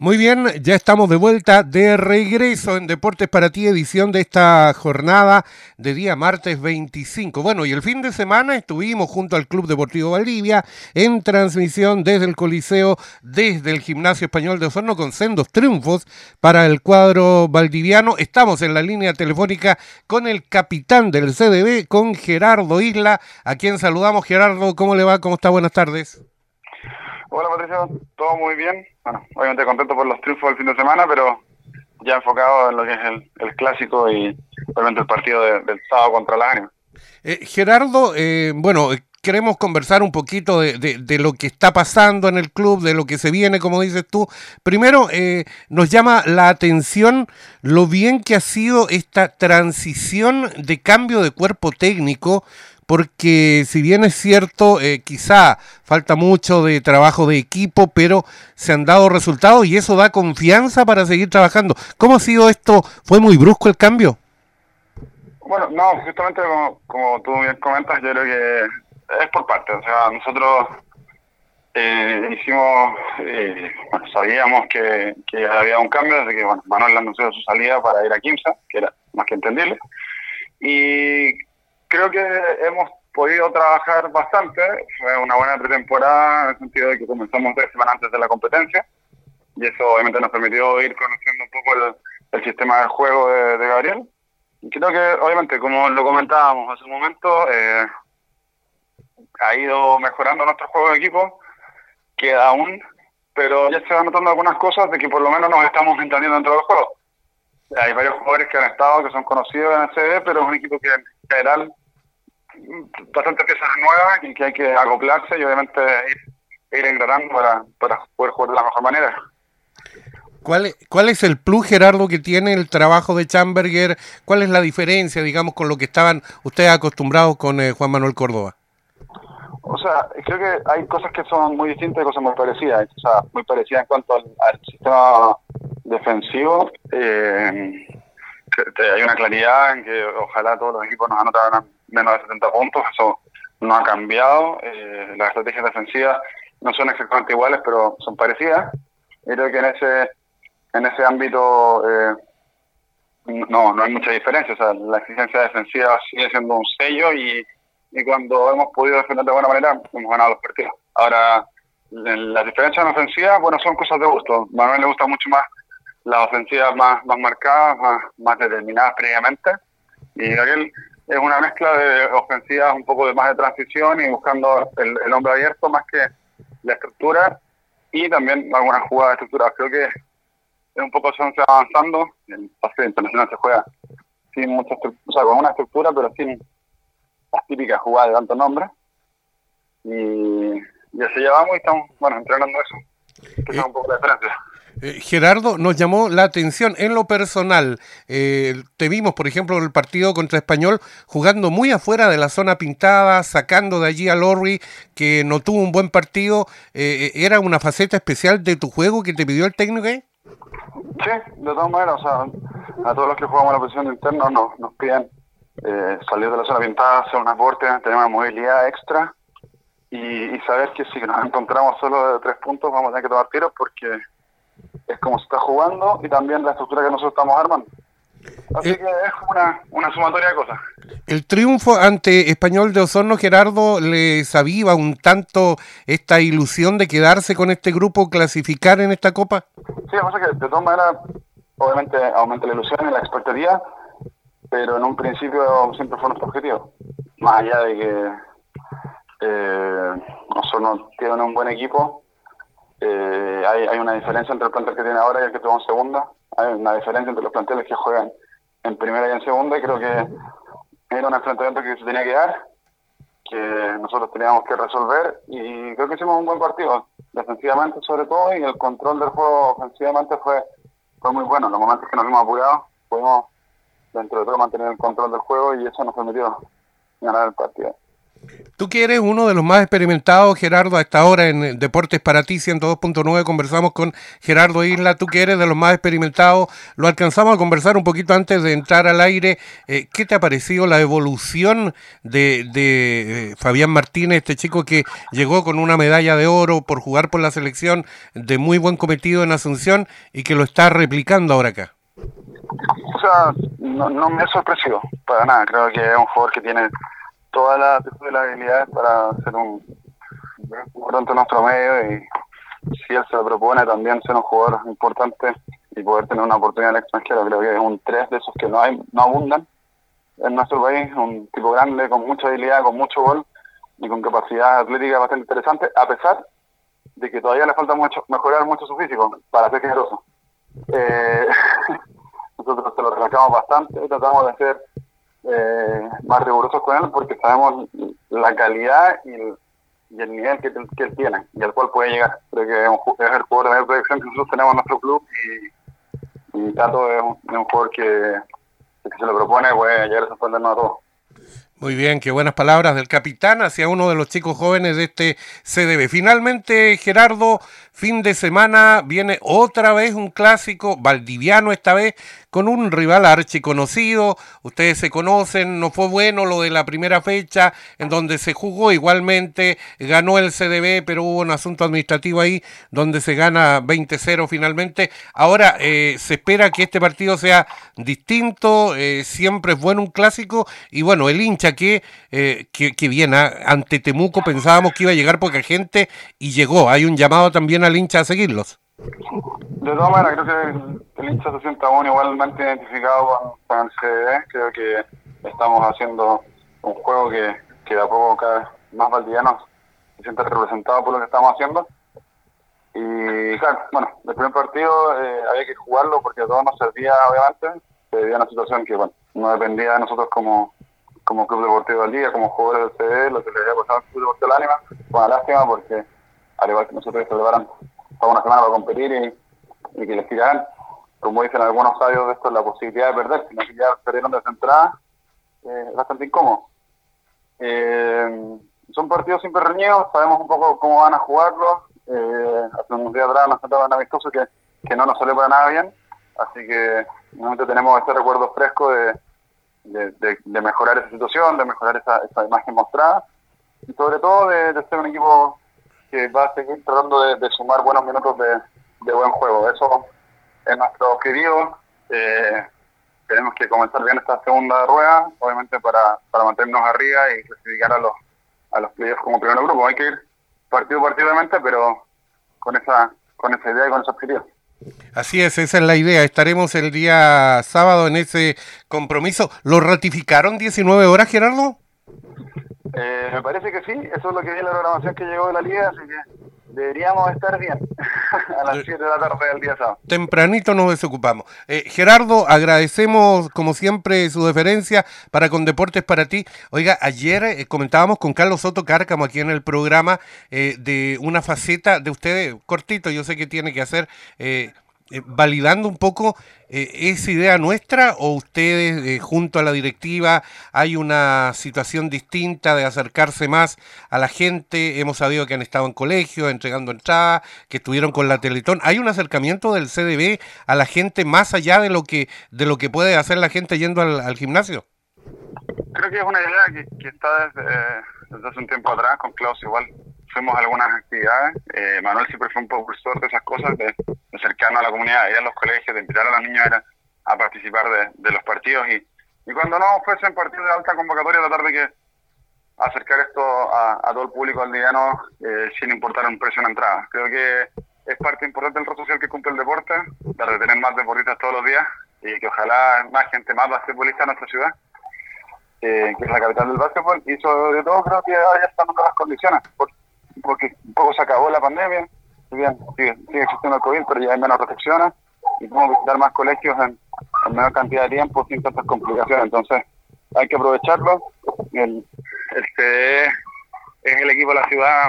Muy bien, ya estamos de vuelta, de regreso en Deportes para Ti, edición de esta jornada de día martes 25. Bueno, y el fin de semana estuvimos junto al Club Deportivo Valdivia en transmisión desde el Coliseo, desde el Gimnasio Español de Osorno, con sendos triunfos para el cuadro valdiviano. Estamos en la línea telefónica con el capitán del CDB, con Gerardo Isla, a quien saludamos. Gerardo, ¿cómo le va? ¿Cómo está? Buenas tardes. Hola Patricio, todo muy bien. Bueno, obviamente contento por los triunfos del fin de semana, pero ya enfocado en lo que es el clásico y obviamente el partido del sábado contra la Ánimas. Gerardo, queremos conversar un poquito de lo que está pasando en el club, de lo que se viene, como dices tú. Primero, nos llama la atención lo bien que ha sido esta transición de cambio de cuerpo técnico, porque si bien es cierto, quizá falta mucho de trabajo de equipo, pero se han dado resultados y eso da confianza para seguir trabajando. ¿Cómo ha sido esto? ¿Fue muy brusco el cambio? Bueno, no, justamente como tú bien comentas, yo creo que es por partes. O sea, nosotros sabíamos que había un cambio desde que Manuel anunció su salida para ir a Quimsa, que era más que entendible. Y creo que hemos podido trabajar bastante. Fue una buena pretemporada en el sentido de que comenzamos 3 semanas antes de la competencia y eso obviamente nos permitió ir conociendo un poco el sistema de juego de Gabriel. Y creo que obviamente, como lo comentábamos hace un momento, ha ido mejorando nuestro juego de equipo, queda aún, pero ya se van notando algunas cosas de que por lo menos nos estamos entendiendo dentro del juego. Hay varios jugadores que han estado, que son conocidos en el CD, pero es un equipo que en general bastante piezas nuevas y que hay que acoplarse y obviamente ir engranando para poder jugar de la mejor manera. ¿Cuál es el plus, Gerardo, que tiene el trabajo de Schamberger? ¿Cuál es la diferencia, digamos, con lo que estaban ustedes acostumbrados con Juan Manuel Córdoba? O sea, creo que hay cosas que son muy distintas y cosas muy parecidas. O sea, muy parecidas en cuanto al sistema defensivo. Hay una claridad en que ojalá todos los equipos nos anotaran menos de 70 puntos. Eso no ha cambiado. Las estrategias defensivas no son exactamente iguales, pero son parecidas. Y creo que en ese ámbito no hay mucha diferencia. O sea, la exigencia defensiva sigue siendo un sello y cuando hemos podido defender de buena manera hemos ganado los partidos. Ahora, las diferencias en ofensiva, son cosas de gusto. A Manuel le gusta mucho más las ofensivas más marcadas, más determinadas previamente, y Gabriel es una mezcla de ofensivas un poco más de transición y buscando el hombre abierto más que la estructura, y también algunas jugadas estructuradas. Creo que es un poco se va avanzando. El partido internacional se juega sin mucha estructura, con una estructura, pero sin las típicas jugadas de tanto nombre, y así llevamos y estamos entrenando eso, que es un poco la diferencia. Gerardo, nos llamó la atención en lo personal. Te vimos, por ejemplo, en el partido contra Español, jugando muy afuera de la zona pintada, sacando de allí a Lorri, que no tuvo un buen partido. ¿Era una faceta especial de tu juego que te pidió el técnico? Sí, de todas maneras, o sea, a todos los que jugamos la posición de interno nos piden salir de la zona pintada, hacer un aporte, tener una movilidad extra y saber que si nos encontramos solo de 3 puntos vamos a tener que tomar tiros, porque es como se está jugando y también la estructura que nosotros estamos armando. Así que es una sumatoria de cosas. El triunfo ante Español de Osorno, Gerardo, les aviva un tanto esta ilusión de quedarse con este grupo, clasificar en esta Copa. Sí, pasa que de todas maneras obviamente aumenta la ilusión y la expectativa, pero en un principio siempre fue nuestro objetivo. Más allá de que Osorno tiene un buen equipo, hay una diferencia entre el plantel que tiene ahora y el que tuvo en segunda. Hay una diferencia entre los planteles que juegan en primera y en segunda, y creo que era un enfrentamiento que se tenía que dar, que nosotros teníamos que resolver, y creo que hicimos un buen partido, defensivamente sobre todo, y el control del juego ofensivamente fue muy bueno. En los momentos que nos vimos apurados, pudimos dentro de todo mantener el control del juego y eso nos permitió ganar el partido. Tú que eres uno de los más experimentados, Gerardo, a esta hora en Deportes para ti 102.9, conversamos con Gerardo Isla, tú que eres de los más experimentados, lo alcanzamos a conversar un poquito antes de entrar al aire. ¿Qué te ha parecido la evolución de Fabián Martínez, este chico que llegó con una medalla de oro por jugar por la selección, de muy buen cometido en Asunción y que lo está replicando ahora acá? O sea, no me ha sorprendido para nada. Creo que es un jugador que tiene todas las habilidades para ser un gran jugador dentro de nuestro medio, y si él se lo propone también ser un jugador importante y poder tener una oportunidad en el extranjero. Creo que es un 3 de esos que no abundan en nuestro país, un tipo grande, con mucha habilidad, con mucho gol y con capacidad atlética bastante interesante, a pesar de que todavía le falta mejorar mucho su físico, para ser generoso. Nosotros se lo relajamos bastante, tratamos de ser más rigurosos con él, porque sabemos la calidad y el nivel que él tiene y al cual puede llegar. Creo que es el jugador de mayor proyección que nosotros tenemos en nuestro club, y Tato es un jugador que se lo propone puede llegar a sorprendernos a todos. Muy bien, qué buenas palabras del capitán hacia uno de los chicos jóvenes de este CDB. Finalmente, Gerardo, fin de semana viene otra vez un clásico valdiviano, esta vez con un rival archiconocido. Ustedes se conocen, no fue bueno lo de la primera fecha en donde se jugó igualmente, ganó el CDB, pero hubo un asunto administrativo ahí donde se gana 20-0 finalmente. Ahora se espera que este partido sea distinto, siempre es bueno un clásico, y bueno, el hincha que viene ante Temuco, pensábamos que iba a llegar poca gente y llegó. Hay un llamado también al hincha a seguirlos. De todas maneras, creo que el hincha se sienta uno igualmente identificado con el CDB. Creo que estamos haciendo un juego que de a poco cada vez más valdivianos se sienten representados por lo que estamos haciendo. Y claro, bueno, el primer partido había que jugarlo porque a todos nos servía, obviamente. Se debía a una situación que, bueno, no dependía de nosotros como Club Deportivo del Día, como jugadores del CD, lo que le había pasado al Club Deportivo del Ánima. Fue una lástima porque, al igual que nosotros, se preparan toda una semana para competir y que les tirarán, como dicen algunos sabios de esto, la posibilidad de perder, sino que ya perdieron desde entrada, es bastante incómodo. Son partidos siempre reñidos, sabemos un poco cómo van a jugarlos. Hace unos días atrás nos trataban amistosos que no nos salió para nada bien, así que normalmente tenemos este recuerdo fresco de mejorar esa situación, de mejorar esa imagen mostrada, y sobre todo de ser un equipo que va a seguir tratando de sumar buenos minutos de buen juego. Eso es nuestro objetivo. Tenemos que comenzar bien esta segunda rueda, obviamente para mantenernos arriba y clasificar a los playoffs como primer grupo. Hay que ir partido a partido, obviamente, pero con esa idea y con ese objetivo. Así es, esa es la idea. Estaremos el día sábado en ese compromiso. ¿Lo ratificaron 19 horas, Gerardo? Me parece que sí, eso es lo que vi en la programación que llegó de la liga, así que deberíamos estar bien a las 7 de la tarde del día sábado. Tempranito nos desocupamos. Gerardo, agradecemos como siempre su deferencia para con Deportes para ti. Oiga, ayer comentábamos con Carlos Soto Cárcamo aquí en el programa de una faceta de ustedes, cortito, yo sé que tiene que hacer, validando un poco esa idea nuestra, o ustedes junto a la directiva hay una situación distinta de acercarse más a la gente. Hemos sabido que han estado en colegios entregando entradas, que estuvieron con la Teletón. ¿Hay un acercamiento del CDB a la gente más allá de lo que puede hacer la gente yendo al gimnasio? Creo que es una idea que está desde hace un tiempo atrás. Con Klaus igual fuimos a algunas actividades. Manuel siempre fue un propulsor de esas cosas, de acercarnos a la comunidad, ir a los colegios, de invitar a los niños a participar de los partidos, y cuando no fuesen partidos de alta convocatoria, tratar de que acercar esto a todo el público aldeano, sin importar un precio en entrada. Creo que es parte importante del rol social que cumple el deporte, de tener más deportistas todos los días, y que ojalá más gente, más basquetbolista en nuestra ciudad, que es la capital del básquetbol, y sobre todo creo que ahora ya están dando las condiciones, porque un poco se acabó la pandemia. Bien, sigue existiendo el COVID, pero ya hay menos restricciones y podemos visitar más colegios en menor cantidad de tiempo sin tantas complicaciones. Entonces hay que aprovecharlo. El CDE es el equipo de la ciudad,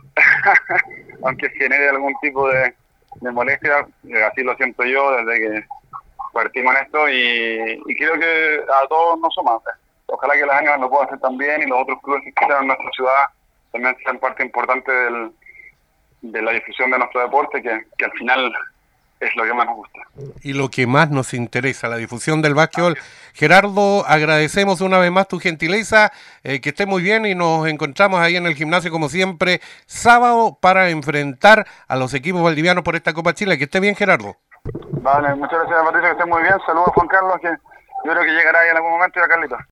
aunque genere algún tipo de molestia, así lo siento yo desde que partimos en esto, y creo que a todos nos suma. ojalá que las Ánimas lo puedan hacer también y los otros clubes que quedan en nuestra ciudad también sean parte importante de la difusión de nuestro deporte, que al final es lo que más nos gusta. Y lo que más nos interesa, la difusión del básquetbol. Gerardo, agradecemos una vez más tu gentileza, que esté muy bien y nos encontramos ahí en el gimnasio como siempre, sábado, para enfrentar a los equipos valdivianos por esta Copa Chile. Que esté bien, Gerardo. Vale, muchas gracias, Patricio, que esté muy bien. Saludos a Juan Carlos, que yo creo que llegará ahí en algún momento, y a Carlitos.